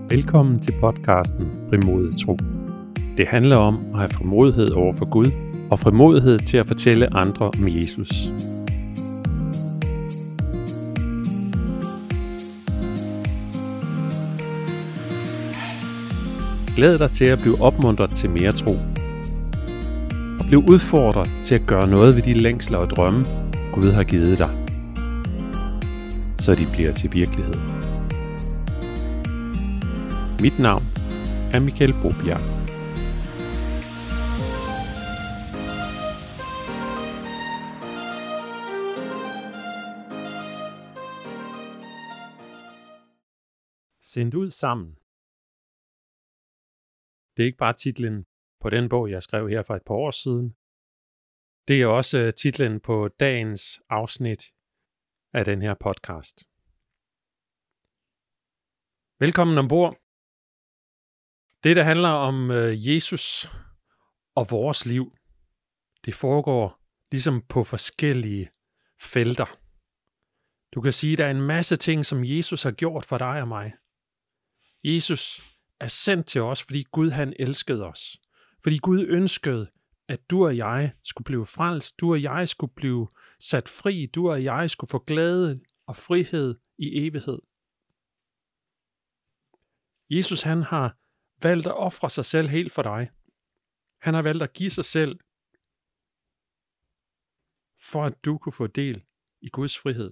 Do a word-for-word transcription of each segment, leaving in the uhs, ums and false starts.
Velkommen til podcasten Frimodig Tro. Det handler om at have frimodighed over for Gud og frimodighed til at fortælle andre om Jesus. Glæd dig til at blive opmuntret til mere tro. Og blive udfordret til at gøre noget ved de længsler og drømme, Gud har givet dig, så de bliver til virkelighed. Mit navn er Michael Bobjerg. Sendt ud sammen. Det er ikke bare titlen på den bog, jeg skrev her for et par år siden. Det er også titlen på dagens afsnit af den her podcast. Velkommen ombord. Det, der handler om Jesus og vores liv, det foregår ligesom på forskellige felter. Du kan sige, at der er en masse ting, som Jesus har gjort for dig og mig. Jesus er sendt til os, fordi Gud han elskede os. Fordi Gud ønskede, at du og jeg skulle blive frelst, du og jeg skulle blive sat fri, du og jeg skulle få glæde og frihed i evighed. Jesus han har valgt at ofre sig selv helt for dig. Han har valgt at give sig selv, for at du kunne få del i Guds frihed.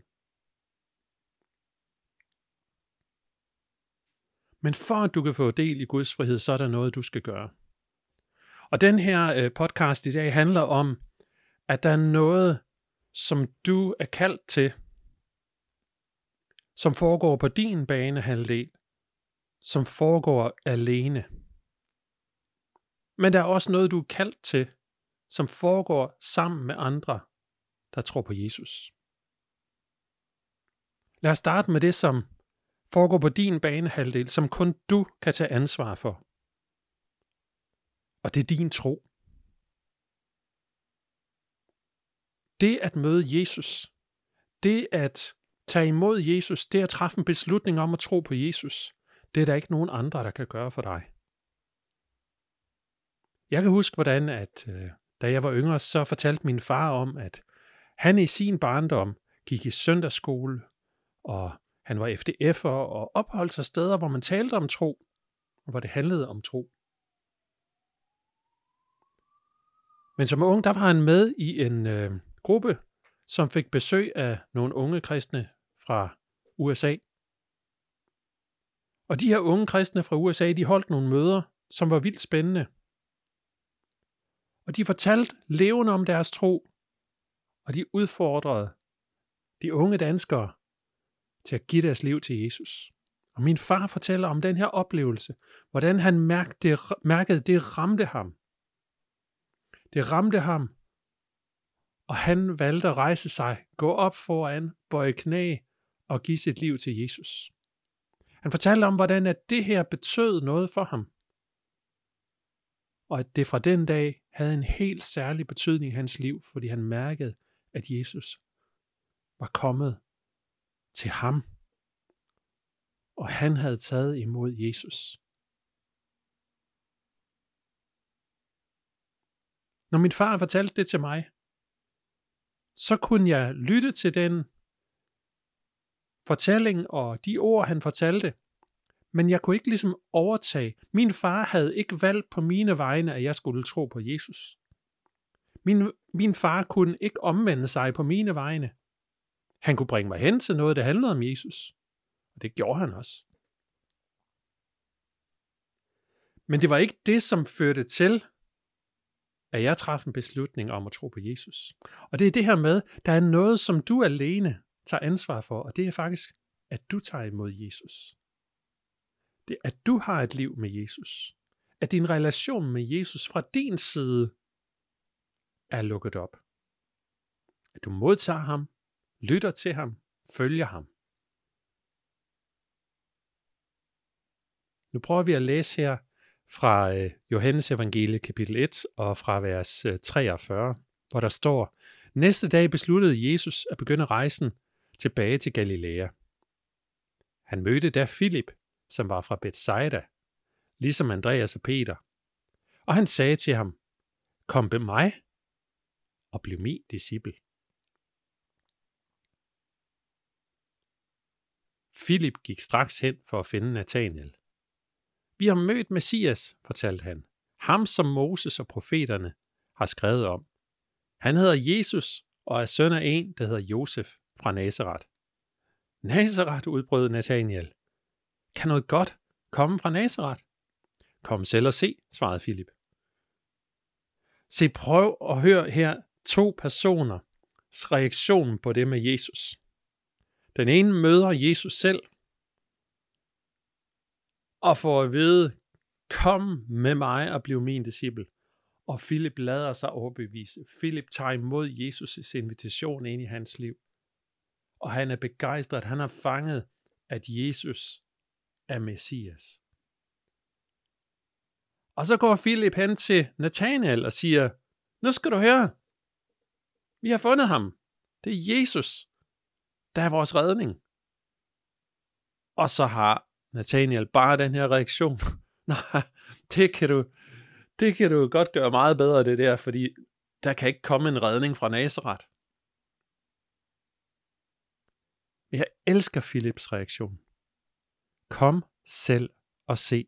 Men for at du kan få del i Guds frihed, så er der noget, du skal gøre. Og den her podcast i dag handler om, at der er noget, som du er kaldt til, som foregår på din banehalvdel, som foregår alene. Men der er også noget, du er kaldt til, som foregår sammen med andre, der tror på Jesus. Lad os starte med det, som foregår på din banehalvdel, som kun du kan tage ansvar for. Og det er din tro. Det at møde Jesus, det at tage imod Jesus, det at træffe en beslutning om at tro på Jesus, det er der ikke nogen andre, der kan gøre for dig. Jeg kan huske, hvordan at øh, da jeg var yngre, så fortalte min far om, at han i sin barndom gik i søndagsskole, og han var F D F'er og opholdt sig steder, hvor man talte om tro, og hvor det handlede om tro. Men som ung, der var han med i en øh, gruppe, som fik besøg af nogle unge kristne fra U S A. Og de her unge kristne fra U S A, de holdt nogle møder, som var vildt spændende. Og de fortalte levende om deres tro, og de udfordrede de unge danskere til at give deres liv til Jesus. Og min far fortæller om den her oplevelse, hvordan han mærkede, mærkede det ramte ham. Det ramte ham, og han valgte at rejse sig, gå op foran, bøje knæ og give sit liv til Jesus. Han fortalte om, hvordan at det her betød noget for ham. Og at det fra den dag havde en helt særlig betydning i hans liv, fordi han mærkede, at Jesus var kommet til ham. Og han havde taget imod Jesus. Når min far fortalte det til mig, så kunne jeg lytte til den fortælling og de ord, han fortalte, men jeg kunne ikke ligesom overtage. Min far havde ikke valgt på mine vegne, at jeg skulle tro på Jesus. Min, min far kunne ikke omvende sig på mine vegne. Han kunne bringe mig hen til noget, der handlede om Jesus. Og det gjorde han også. Men det var ikke det, som førte til, at jeg traf en beslutning om at tro på Jesus. Og det er det her med, der er noget, som du alene tager ansvar for, og det er faktisk, at du tager imod Jesus. Det er, at du har et liv med Jesus. At din relation med Jesus fra din side er lukket op. At du modtager ham, lytter til ham, følger ham. Nu prøver vi at læse her fra Johannes Evangeliet kapitel et og fra vers treogfyrre, hvor der står: Næste dag besluttede Jesus at begynde rejsen tilbage til Galilea. Han mødte da Filip, som var fra Bethsaida, ligesom Andreas og Peter. Og han sagde til ham, kom ved mig og bliv min disciple. Filip gik straks hen for at finde Nathanael. Vi har mødt Messias, fortalte han. Ham, som Moses og profeterne har skrevet om. Han hedder Jesus og er søn af en, der hedder Josef fra Nazaret. Nazaret, udbrød Nathanael. Kan noget godt komme fra Nazaret? Kom selv og se, svarede Filip. Se, prøv at høre her to personers reaktion på det med Jesus. Den ene møder Jesus selv og får at vide, kom med mig og bliv min disciple. Og Filip lader sig overbevise. Filip tager imod Jesus' invitation ind i hans liv. Og han er begejstret. Han har fanget, at Jesus er Messias. Og så går Filip hen til Nathanael og siger, nu skal du høre. Vi har fundet ham. Det er Jesus, der er vores redning. Og så har Nathanael bare den her reaktion. Nej, det kan du, det kan du godt gøre meget bedre, det der, fordi der kan ikke komme en redning fra Nazaret. Jeg elsker Filips reaktion. Kom selv og se.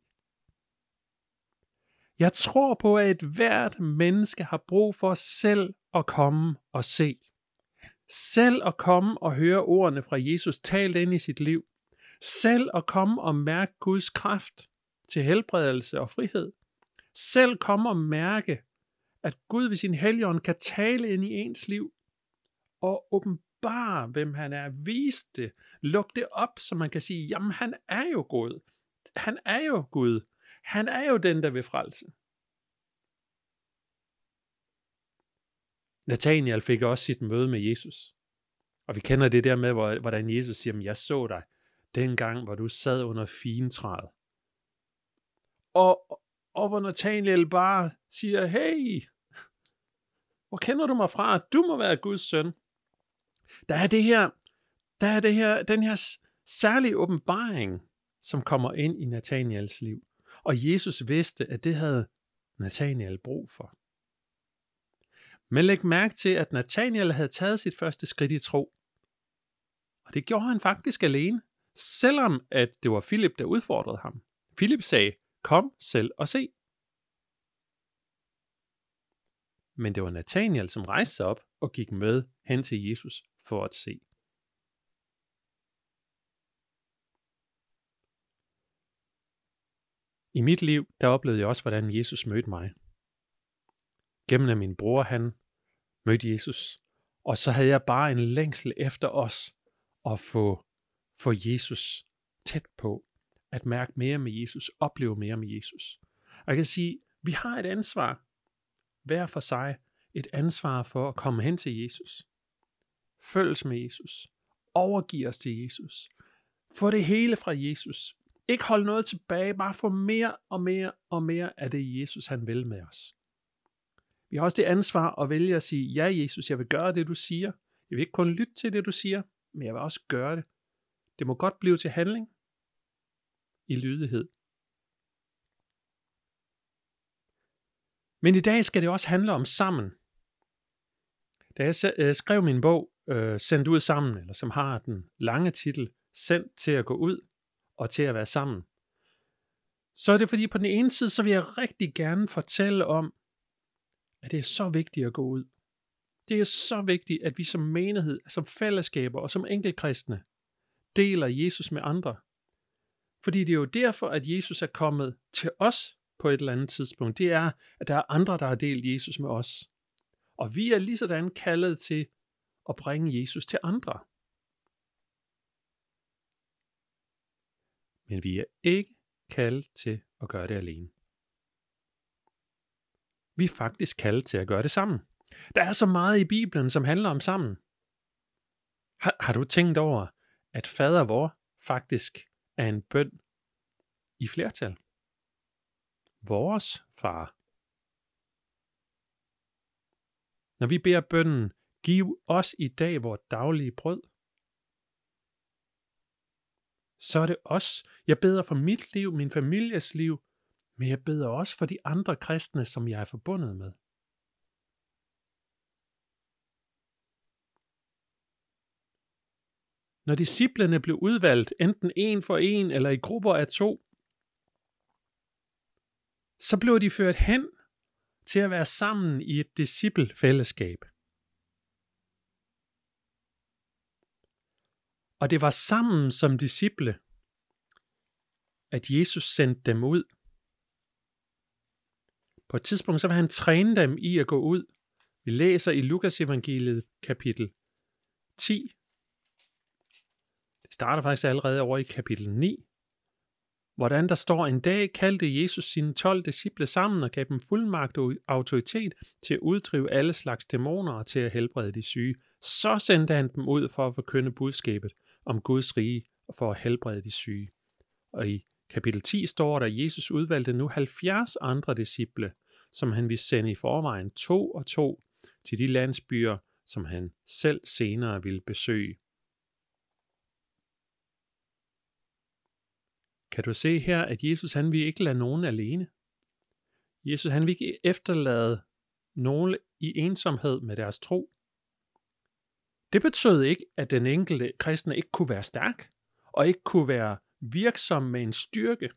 Jeg tror på, at et hvert menneske har brug for selv at komme og se. Selv at komme og høre ordene fra Jesus talt ind i sit liv. Selv at komme og mærke Guds kraft til helbredelse og frihed. Selv komme og mærke, at Gud ved sin helligånd kan tale ind i ens liv og åbenbare, hvem han er. Vise det. Luk det op, så man kan sige, jamen han er jo Gud. Han er jo Gud. Han er jo den, der vil frelse. Nathanael fik også sit møde med Jesus. Og vi kender det der med, hvordan Jesus siger, jeg så dig dengang, hvor du sad under figentræet. Og, og hvor Nathanael bare siger, hey, hvor kender du mig fra? Du må være Guds søn. Der er det her, der er det her, den her særlige åbenbaring, som kommer ind i Nathanaels liv. Og Jesus vidste, at det havde Nathanael brug for. Men læg mærke til, at Nathanael havde taget sit første skridt i tro. Og det gjorde han faktisk alene, selvom at det var Filip, der udfordrede ham. Filip sagde, kom selv og se. Men det var Nathanael, som rejste sig op og gik med hen til Jesus for at se. I mit liv, der oplevede jeg også, hvordan Jesus mødte mig. Gennem at min bror, han mødte Jesus. Og så havde jeg bare en længsel efter os at få, få Jesus tæt på. At mærke mere med Jesus, opleve mere med Jesus. Og jeg kan sige, vi har et ansvar, hver for sig, et ansvar for at komme hen til Jesus. Følges med Jesus. Overgiv os til Jesus. Få det hele fra Jesus. Ikke hold noget tilbage, bare få mere og mere og mere af det Jesus, han vil med os. Vi har også det ansvar at vælge at sige, ja Jesus, jeg vil gøre det, du siger. Jeg vil ikke kun lytte til det, du siger, men jeg vil også gøre det. Det må godt blive til handling i lydighed. Men i dag skal det også handle om sammen. Da jeg skrev min bog, øh, Sendt ud sammen, eller som har den lange titel, Sendt til at gå ud og til at være sammen, så er det fordi på den ene side, så vil jeg rigtig gerne fortælle om, at det er så vigtigt at gå ud. Det er så vigtigt, at vi som menighed, som fællesskaber og som enkeltkristne deler Jesus med andre. Fordi det er jo derfor, at Jesus er kommet til os på et eller andet tidspunkt. Det er, at der er andre, der har delt Jesus med os. Og vi er lige sådan kaldet til at bringe Jesus til andre. Men vi er ikke kaldet til at gøre det alene. Vi er faktisk kaldet til at gøre det sammen. Der er så meget i Bibelen, som handler om sammen. Har, har du tænkt over, at fader vor faktisk er en bøn i flertal? Vores far. Når vi beder bønnen, giv os i dag vores daglige brød, så er det os. Jeg beder for mit liv, min families liv, men jeg beder også for de andre kristne, som jeg er forbundet med. Når disciplene blev udvalgt, enten en for en eller i grupper af to, så blev de ført hen til at være sammen i et disciplefællesskab. Og det var sammen som disciple, at Jesus sendte dem ud. På et tidspunkt så vil han træne dem i at gå ud. Vi læser i Lukas evangeliet kapitel ti. Det starter faktisk allerede over i kapitel ni. Hvordan der står, en dag kaldte Jesus sine tolv disciple sammen og gav dem fuldmagt og autoritet til at uddrive alle slags dæmoner og til at helbrede de syge. Så sendte han dem ud for at forkynde budskabet om Guds rige og for at helbrede de syge. Og i kapitel ti står der, at Jesus udvalgte nu halvfjerds andre disciple, som han ville sende i forvejen to og to til de landsbyer, som han selv senere ville besøge. Kan du se her, at Jesus han vil ikke lade nogen alene? Jesus han vil ikke efterlade nogen i ensomhed med deres tro. Det betød ikke, at den enkelte kristne ikke kunne være stærk, og ikke kunne være virksom med en styrke.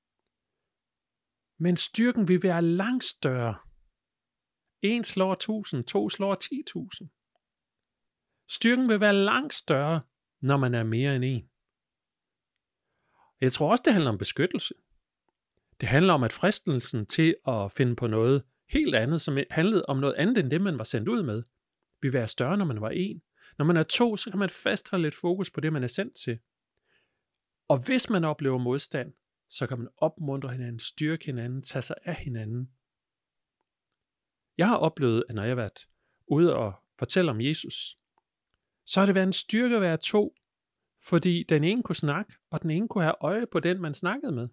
Men styrken vil være langt større. En slår tusind, to slår ti tusind. Styrken vil være langt større, når man er mere end en. Jeg tror også, det handler om beskyttelse. Det handler om, at fristelsen til at finde på noget helt andet, som handlede om noget andet end det, man var sendt ud med, vil være større, når man var en. Når man er to, så kan man fastholde lidt fokus på det, man er sendt til. Og hvis man oplever modstand, så kan man opmuntre hinanden, styrke hinanden, tage sig af hinanden. Jeg har oplevet, at når jeg har været ude og fortælle om Jesus, så har det været en styrke at være to, fordi den ene kunne snakke, og den ene kunne have øje på den, man snakkede med.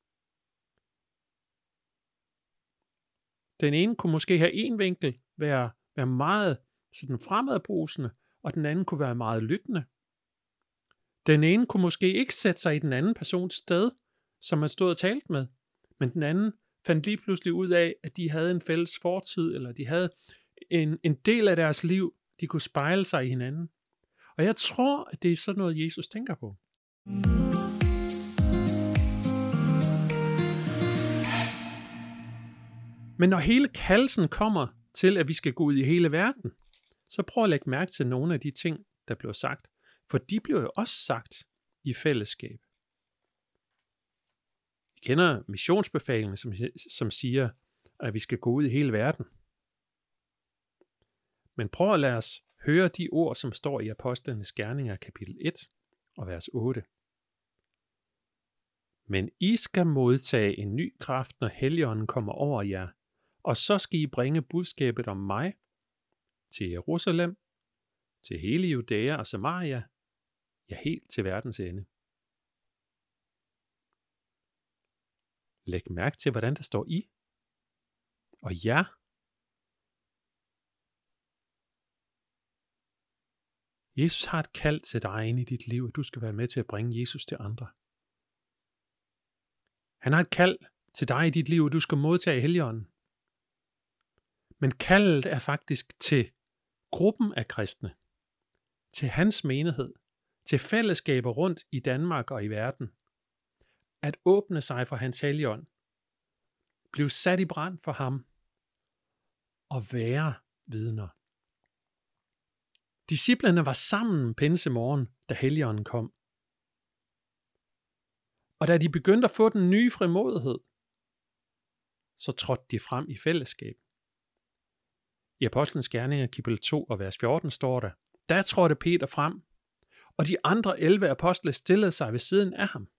Den ene kunne måske have en vinkel, være, være meget sådan fremadbrusende, og den anden kunne være meget lyttende. Den ene kunne måske ikke sætte sig i den anden persons sted, som man stod og talte med, men den anden fandt lige pludselig ud af, at de havde en fælles fortid, eller de havde en, en del af deres liv, de kunne spejle sig i hinanden. Og jeg tror, at det er sådan noget, Jesus tænker på. Men når hele kaldelsen kommer til, at vi skal gå ud i hele verden, så prøv at lægge mærke til nogle af de ting, der blev sagt. For de blev jo også sagt i fællesskab. Vi kender missionsbefalingen, som, som siger, at vi skal gå ud i hele verden. Men prøv at lade os høre de ord, som står i Apostlenes Gerninger, kapitel et og vers otte. Men I skal modtage en ny kraft, når Helligånden kommer over jer, og så skal I bringe budskabet om mig til Jerusalem, til hele Judæa og Samaria, ja helt til verdens ende. Læg mærke til, hvordan der står I og jer. Jesus har et kald til dig inde i dit liv, at du skal være med til at bringe Jesus til andre. Han har et kald til dig i dit liv, at du skal modtage Helligånden. Men kaldet er faktisk til gruppen af kristne, til hans menighed, til fællesskaber rundt i Danmark og i verden, at åbne sig for hans Helligånd, blive sat i brand for ham og være vidner. Disciplerne var sammen pinsemorgen, da Helligånden kom. Og da de begyndte at få den nye frimodighed, så trådte de frem i fællesskab. I Apostlenes Gerninger, kapitel to og vers fjorten står der, der trådte Peter frem, og de andre elleve apostle stillede sig ved siden af ham.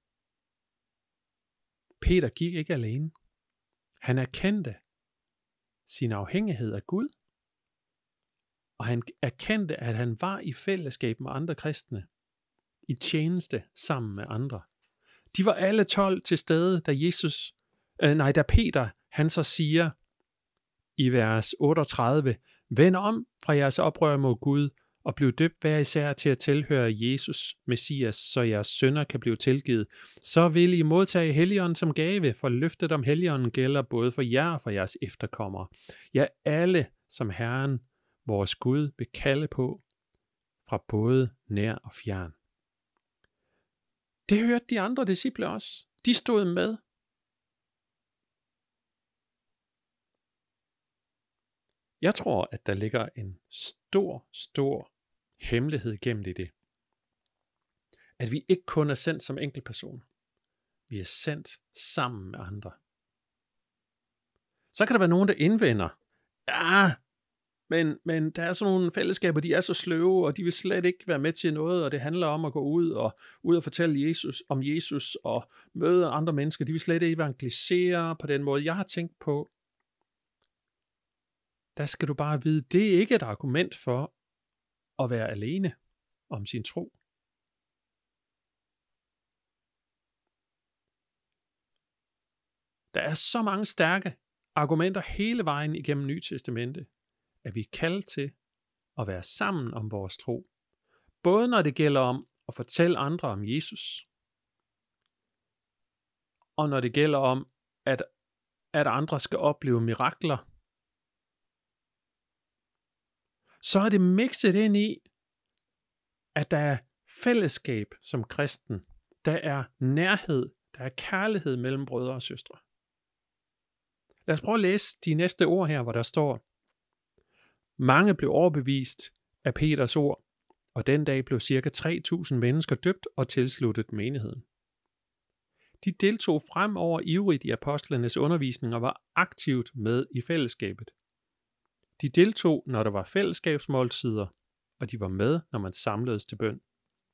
Peter gik ikke alene. Han erkendte sin afhængighed af Gud, og han erkendte, at han var i fællesskab med andre kristne, i tjeneste sammen med andre. De var alle tolv til stede, da Jesus, øh, nej, da Peter, han så siger i vers otteogtredive, vend om fra jeres oprør mod Gud, og bliv døbt hver især til at tilhøre Jesus, Messias, så jeres synder kan blive tilgivet. Så vil I modtage Helligånden som gave, for løftet om Helligånden gælder både for jer og for jeres efterkommere. Ja, alle, som Herren, vores Gud, vil kalde på, fra både nær og fjern. Det hørte de andre disciple også. De stod med. Jeg tror, at der ligger en stor, stor hemmelighed gennem det. At vi ikke kun er sendt som enkeltpersoner. Vi er sendt sammen med andre. Så kan der være nogen, der indvender. Ja, men, men der er sådan nogle fællesskaber, de er så sløve, og de vil slet ikke være med til noget, og det handler om at gå ud og, ud og fortælle Jesus, om Jesus og møde andre mennesker. De vil slet ikke evangelisere på den måde. Jeg har tænkt på, der skal du bare vide, det er ikke et argument for at være alene om sin tro. Der er så mange stærke argumenter hele vejen igennem Nye Testamente, at vi er kaldt til at være sammen om vores tro. Både når det gælder om at fortælle andre om Jesus, og når det gælder om, at, at andre skal opleve mirakler, så er det mixet ind i, at der er fællesskab som kristen. Der er nærhed, der er kærlighed mellem brødre og søstre. Lad os prøve at læse de næste ord her, hvor der står: Mange blev overbevist af Peters ord, og den dag blev cirka tre tusind mennesker døbt og tilsluttet menigheden. De deltog fremover ivrigt i apostlenes undervisning og var aktivt med i fællesskabet. De deltog, når der var fællesskabsmåltider, og de var med, når man samledes til bøn.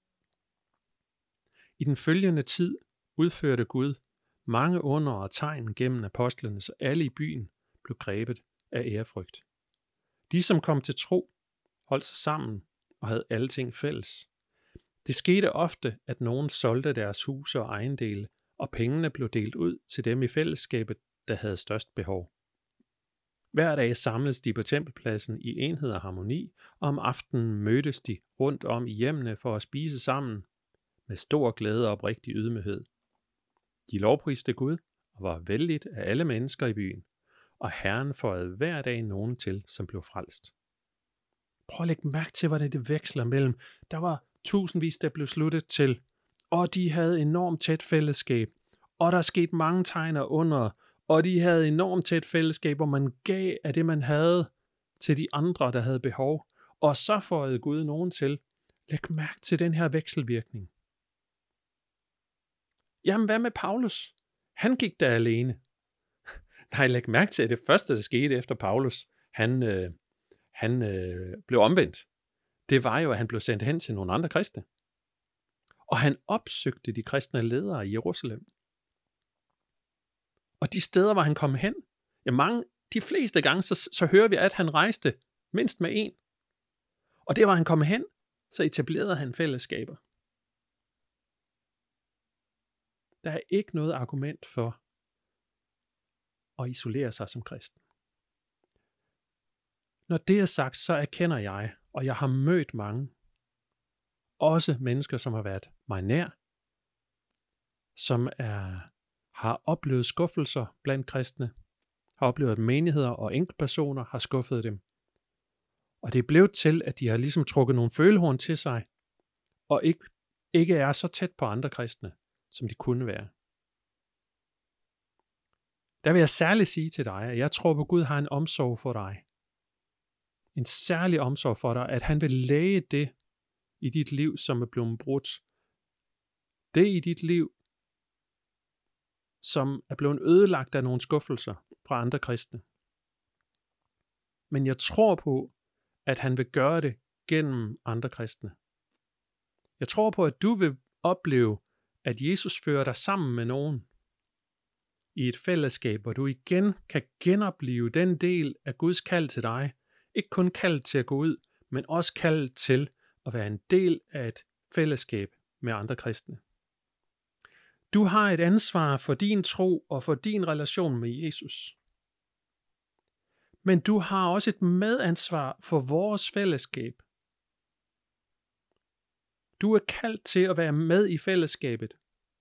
I den følgende tid udførte Gud mange under og tegn gennem apostlene, så alle i byen blev grebet af ærefrygt. De, som kom til tro, holdt sig sammen og havde alle ting fælles. Det skete ofte, at nogen solgte deres huse og ejendele, og pengene blev delt ud til dem i fællesskabet, der havde størst behov. Hver dag samledes de på tempelpladsen i enhed og harmoni, og om aftenen mødtes de rundt om i hjemmene for at spise sammen med stor glæde og oprigtig ydmyghed. De lovpriste Gud og var vellidt af alle mennesker i byen, og Herren føjede hver dag nogen til, som blev frelst. Prøv at lægge mærke til, hvordan det veksler mellem. Der var tusindvis, der blev sluttet til, og de havde enormt tæt fællesskab, og der skete mange tegner under, og de havde enormt tæt fællesskab, hvor man gav af det, man havde til de andre, der havde behov, og så føjede Gud nogen til. Læg mærke til den her vekselvirkning. Jamen, hvad med Paulus? Han gik der alene. Nej, læg mærke til, at det første, der skete efter Paulus, han, øh, han øh, blev omvendt. Det var jo, at han blev sendt hen til nogle andre kristne. Og han opsøgte de kristne ledere i Jerusalem. Og de steder, hvor han kom hen, ja, mange, de fleste gange, så, så hører vi, at han rejste mindst med en. Og der, hvor han kom hen, så etablerede han fællesskaber. Der er ikke noget argument for at isolere sig som kristen. Når det er sagt, så erkender jeg, og jeg har mødt mange, også mennesker, som har været mig nær, som er, har oplevet skuffelser blandt kristne, har oplevet, at menigheder og enkeltpersoner har skuffet dem. Og det er blevet til, at de har ligesom trukket nogle følehorn til sig, og ikke, ikke er så tæt på andre kristne, som de kunne være. Der vil jeg særligt sige til dig, at jeg tror på, at Gud har en omsorg for dig. En særlig omsorg for dig, at han vil læge det i dit liv, som er blevet brudt. Det i dit liv, som er blevet ødelagt af nogle skuffelser fra andre kristne. Men jeg tror på, at han vil gøre det gennem andre kristne. Jeg tror på, at du vil opleve, at Jesus fører dig sammen med nogen i et fællesskab, hvor du igen kan genopleve den del af Guds kald til dig. Ikke kun kald til at gå ud, men også kald til at være en del af et fællesskab med andre kristne. Du har et ansvar for din tro og for din relation med Jesus. Men du har også et medansvar for vores fællesskab. Du er kaldt til at være med i fællesskabet.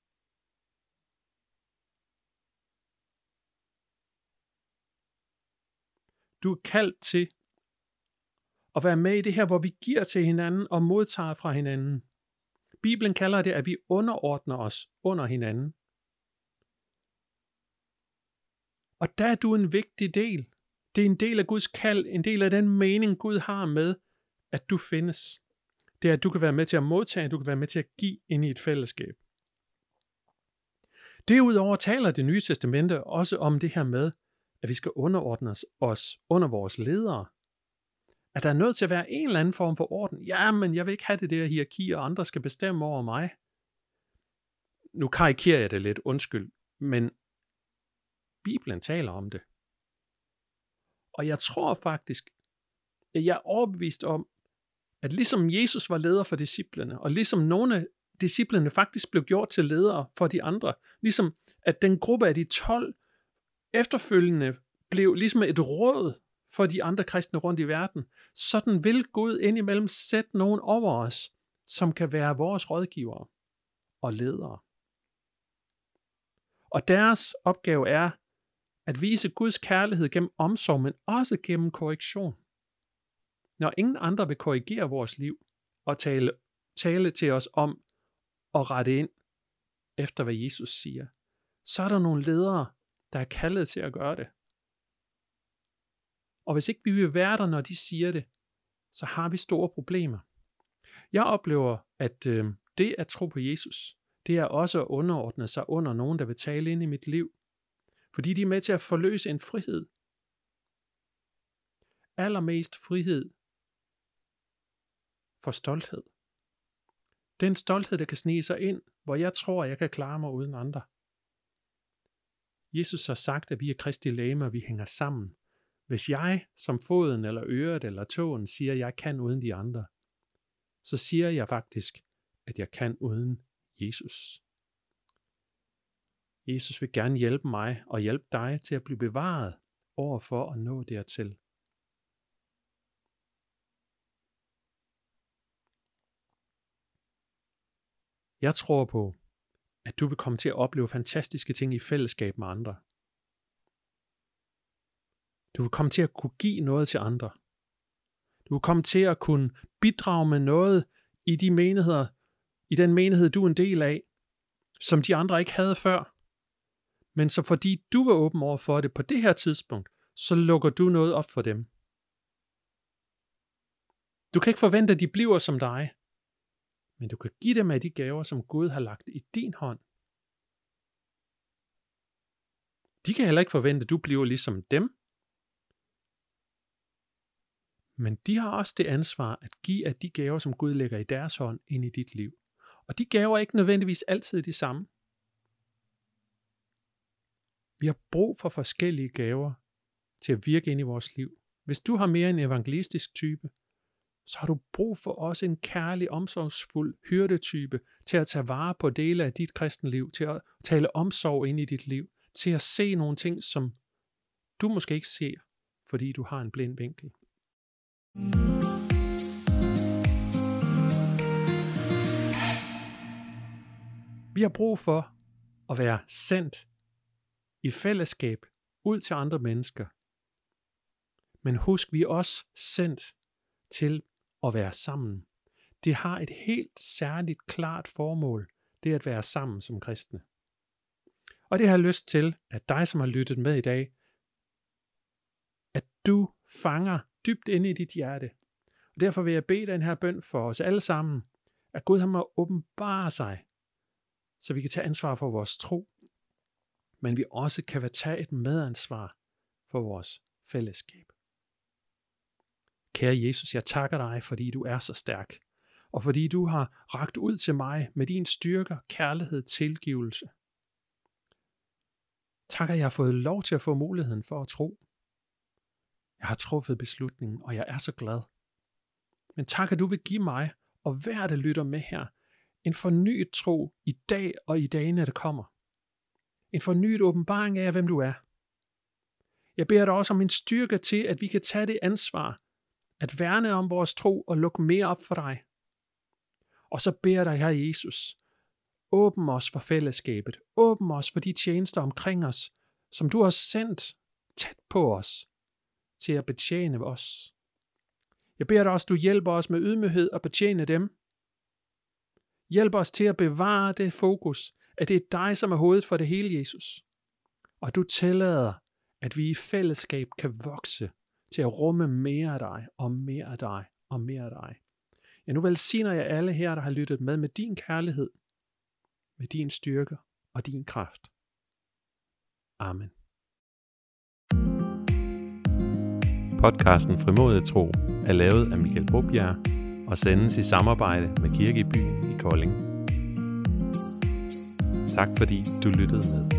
Du er kaldt til at være med i det her, hvor vi giver til hinanden og modtager fra hinanden. Bibelen kalder det, at vi underordner os under hinanden. Og der er du en vigtig del. Det er en del af Guds kald, en del af den mening, Gud har med, at du findes. Det er, at du kan være med til at modtage, du kan være med til at give ind i et fællesskab. Derudover taler Det Nye Testamente også om det her med, at vi skal underordne os under vores ledere. At der er nødt til at være en eller anden form for orden. Ja, men jeg vil ikke have det der hierarki, og andre skal bestemme over mig. Nu karikerer jeg det lidt, undskyld, men Bibelen taler om det. Og jeg tror faktisk, at jeg er overbevist om, at ligesom Jesus var leder for disciplene, og ligesom nogle af disciplene faktisk blev gjort til ledere for de andre, ligesom at den gruppe af de tolv efterfølgende blev ligesom et råd for de andre kristne rundt i verden, sådan vil Gud indimellem sætte nogen over os, som kan være vores rådgivere og ledere. Og deres opgave er at vise Guds kærlighed gennem omsorg, men også gennem korrektion. Når ingen andre vil korrigere vores liv og tale, tale til os om at rette ind efter, hvad Jesus siger, så er der nogle ledere, der er kaldet til at gøre det. Og hvis ikke vi vil være der, når de siger det, så har vi store problemer. Jeg oplever, at øh, det at tro på Jesus, det er også at underordne sig under nogen, der vil tale ind i mit liv. Fordi de er med til at forløse en frihed. Allermest frihed for stolthed. Den stolthed, der kan snige sig ind, hvor jeg tror, at jeg kan klare mig uden andre. Jesus har sagt, at vi er Kristi legeme, og vi hænger sammen. Hvis jeg, som foden eller øret eller tåen, siger, at jeg kan uden de andre, så siger jeg faktisk, at jeg kan uden Jesus. Jesus vil gerne hjælpe mig og hjælpe dig til at blive bevaret overfor at nå dertil. Jeg tror på, at du vil komme til at opleve fantastiske ting i fællesskab med andre. Du vil komme til at kunne give noget til andre. Du vil komme til at kunne bidrage med noget i de menigheder, i den menighed, du er en del af, som de andre ikke havde før. Men så fordi du var åben over for det på det her tidspunkt, så lukker du noget op for dem. Du kan ikke forvente, at de bliver som dig, men du kan give dem af de gaver, som Gud har lagt i din hånd. De kan heller ikke forvente, at du bliver ligesom dem, men de har også det ansvar at give af de gaver, som Gud lægger i deres hånd ind i dit liv. Og de gaver er ikke nødvendigvis altid de samme. Vi har brug for forskellige gaver til at virke ind i vores liv. Hvis du har mere en evangelistisk type, så har du brug for også en kærlig, omsorgsfuld hyrdetype til at tage vare på dele af dit kristenliv, til at tale omsorg ind i dit liv, til at se nogle ting, som du måske ikke ser, fordi du har en blind vinkel. Vi har brug for at være sendt i fællesskab ud til andre mennesker. Men husk, vi er også sendt til at være sammen. Det har et helt særligt klart formål, det at være sammen som kristne. Og det har jeg lyst til, at dig, som har lyttet med i dag, at du fanger dybt inde i dit hjerte. Og derfor vil jeg bede den her bøn for os alle sammen, at Gud han må åbenbare sig, så vi kan tage ansvar for vores tro, men vi også kan tage et medansvar for vores fællesskab. Kære Jesus, jeg takker dig, fordi du er så stærk, og fordi du har rakt ud til mig med din styrke, kærlighed, tilgivelse. Tak, at jeg har fået lov til at få muligheden for at tro. Jeg har truffet beslutningen, og jeg er så glad. Men tak, at du vil give mig, og hver der lytter med her, en fornyet tro i dag og i dagene, der kommer. En fornyet åbenbaring af, hvem du er. Jeg beder dig også om en styrke til, at vi kan tage det ansvar, at værne om vores tro og lukke mere op for dig. Og så beder jeg dig, Herre Jesus, åbn os for fællesskabet. Åbn os for de tjenester omkring os, som du har sendt tæt på os til at betjene os. Jeg beder dig også, du hjælper os med ydmyghed at betjene dem. Hjælp os til at bevare det fokus, at det er dig, som er hovedet for det hele, Jesus. Og du tillader, at vi i fællesskab kan vokse til at rumme mere af dig, og mere af dig, og mere af dig. Ja, nu velsigner jeg alle her, der har lyttet med, med din kærlighed, med din styrke og din kraft. Amen. Podcasten Frimodig Tro er lavet af Michael Bobjerg og sendes i samarbejde med Kirke i Byen i Kolding. Tak fordi du lyttede med.